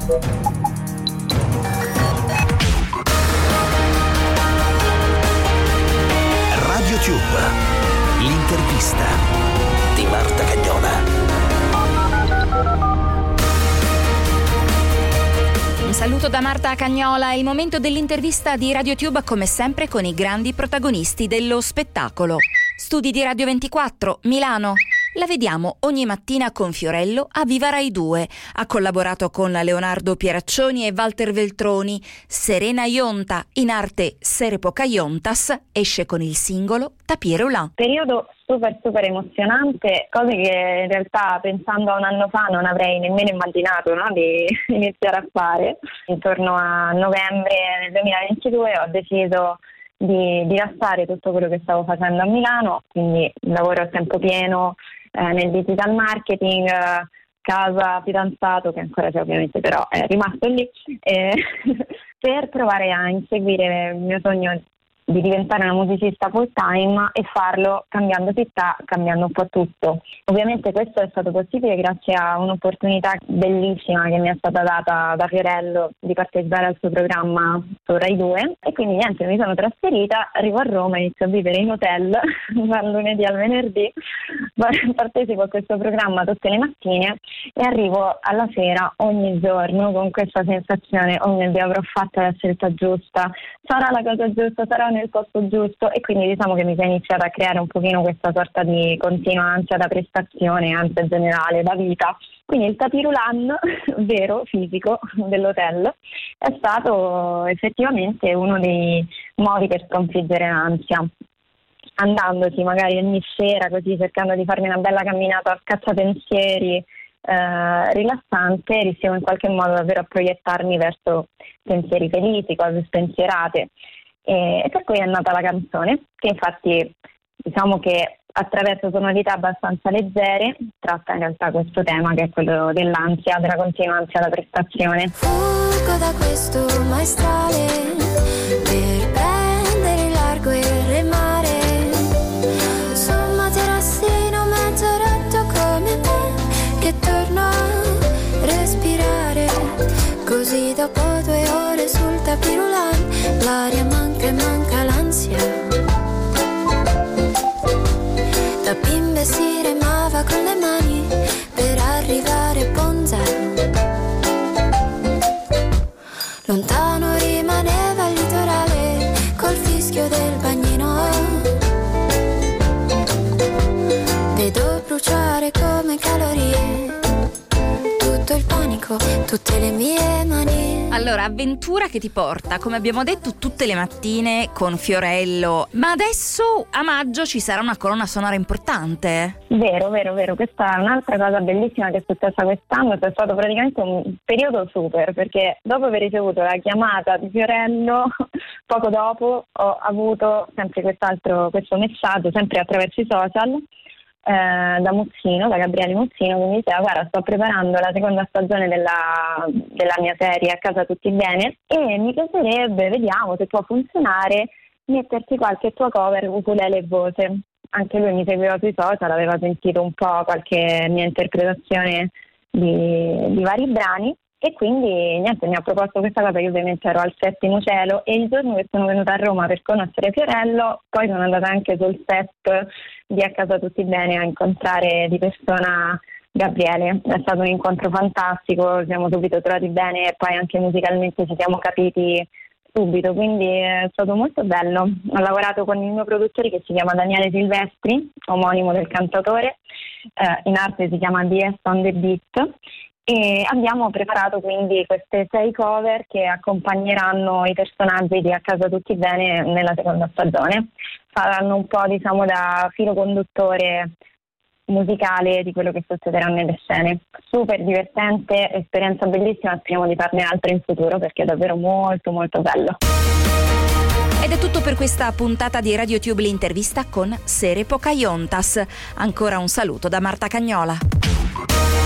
Radio Tube, l'intervista di Marta Cagnola. Un saluto da Marta Cagnola, è il momento dell'intervista di Radio Tube, come sempre con i grandi protagonisti dello spettacolo. Studi di Radio 24, Milano. La vediamo ogni mattina con Fiorello a Viva Rai 2. Ha collaborato con Leonardo Pieraccioni e Walter Veltroni. Serena Ionta, in arte Sere Pocahontas, esce con il singolo Tapis Roulant. Periodo super emozionante, cose che in realtà pensando a un anno fa non avrei nemmeno immaginato, no, di iniziare a fare. Intorno a novembre del 2022 ho deciso di lasciare tutto quello che stavo facendo a Milano, quindi lavoro a tempo pieno nel digital marketing, casa, fidanzato, che ancora c'è ovviamente, però è rimasto lì, per provare a inseguire il mio sogno di diventare una musicista full time e farlo cambiando città, cambiando un po' tutto. Ovviamente questo è stato possibile grazie a un'opportunità bellissima che mi è stata data da Fiorello di partecipare al suo programma su Rai 2 e quindi niente, mi sono trasferita, arrivo a Roma, inizio a vivere in hotel dal lunedì al venerdì, partecipo a questo programma tutte le mattine e arrivo alla sera ogni giorno con questa sensazione: oh mio Dio, avrò fatto la scelta giusta, sarà la cosa giusta, sarà nel posto giusto, e quindi diciamo che mi si è iniziata a creare un pochino questa sorta di continua ansia da prestazione, ansia generale da vita. Quindi il tapis roulant vero, fisico, dell'hotel è stato effettivamente uno dei modi per sconfiggere l'ansia. Andandoci magari ogni sera così, cercando di farmi una bella camminata a scacciapensieri rilassante, riuscivo in qualche modo davvero a proiettarmi verso pensieri felici, cose spensierate. E per cui è nata la canzone, che infatti diciamo che attraverso tonalità abbastanza leggere tratta in realtà questo tema, che è quello dell'ansia, della continua ansia da prestazione. Fuggo da questo maestrale per prendere il largo e remare su un materassino mezzo rotto come me, che torno a respirare così dopo 2 ore sul tapis roulant. L'aria manca e manca l'ansia. Da bimbe si remava con le mani per arrivare a Ponza. Lontano rimaneva il litorale col fischio del bagnino. Vedo bruciare come calorie tutto il panico, tutte le mie mani. Allora, avventura che ti porta, come abbiamo detto, tutte le mattine con Fiorello, ma adesso a maggio ci sarà una colonna sonora importante. Vero, questa è un'altra cosa bellissima che è successa quest'anno. C'è stato praticamente un periodo super, perché dopo aver ricevuto la chiamata di Fiorello, poco dopo ho avuto sempre questo messaggio, sempre attraverso i social, da Gabriele Muzzino, che mi diceva: guarda, sto preparando la seconda stagione della mia serie A casa tutti bene e mi piacerebbe, vediamo se può funzionare, metterci qualche tua cover ukulele e voce. Anche lui mi seguiva sui social, aveva sentito un po' qualche mia interpretazione di vari brani e quindi niente, mi ha proposto questa cosa. Io ovviamente ero al 7° cielo e il giorno che sono venuta a Roma per conoscere Fiorello, poi sono andata anche sul set di A casa tutti bene a incontrare di persona Gabriele. È stato un incontro fantastico, ci siamo subito trovati bene e poi anche musicalmente ci siamo capiti subito, quindi è stato molto bello. Ho lavorato con il mio produttore che si chiama Daniele Silvestri, omonimo del cantautore, in arte si chiama DS on the Beat, e abbiamo preparato quindi queste 6 cover che accompagneranno i personaggi di A casa tutti bene nella seconda stagione. Faranno un po' da filo conduttore musicale di quello che succederà nelle scene. Super divertente, esperienza bellissima, speriamo di farne altre in futuro perché è davvero molto molto bello. Ed è tutto per questa puntata di Radio Tube, l'intervista con Sere Pocahontas. Ancora un saluto da Marta Cagnola.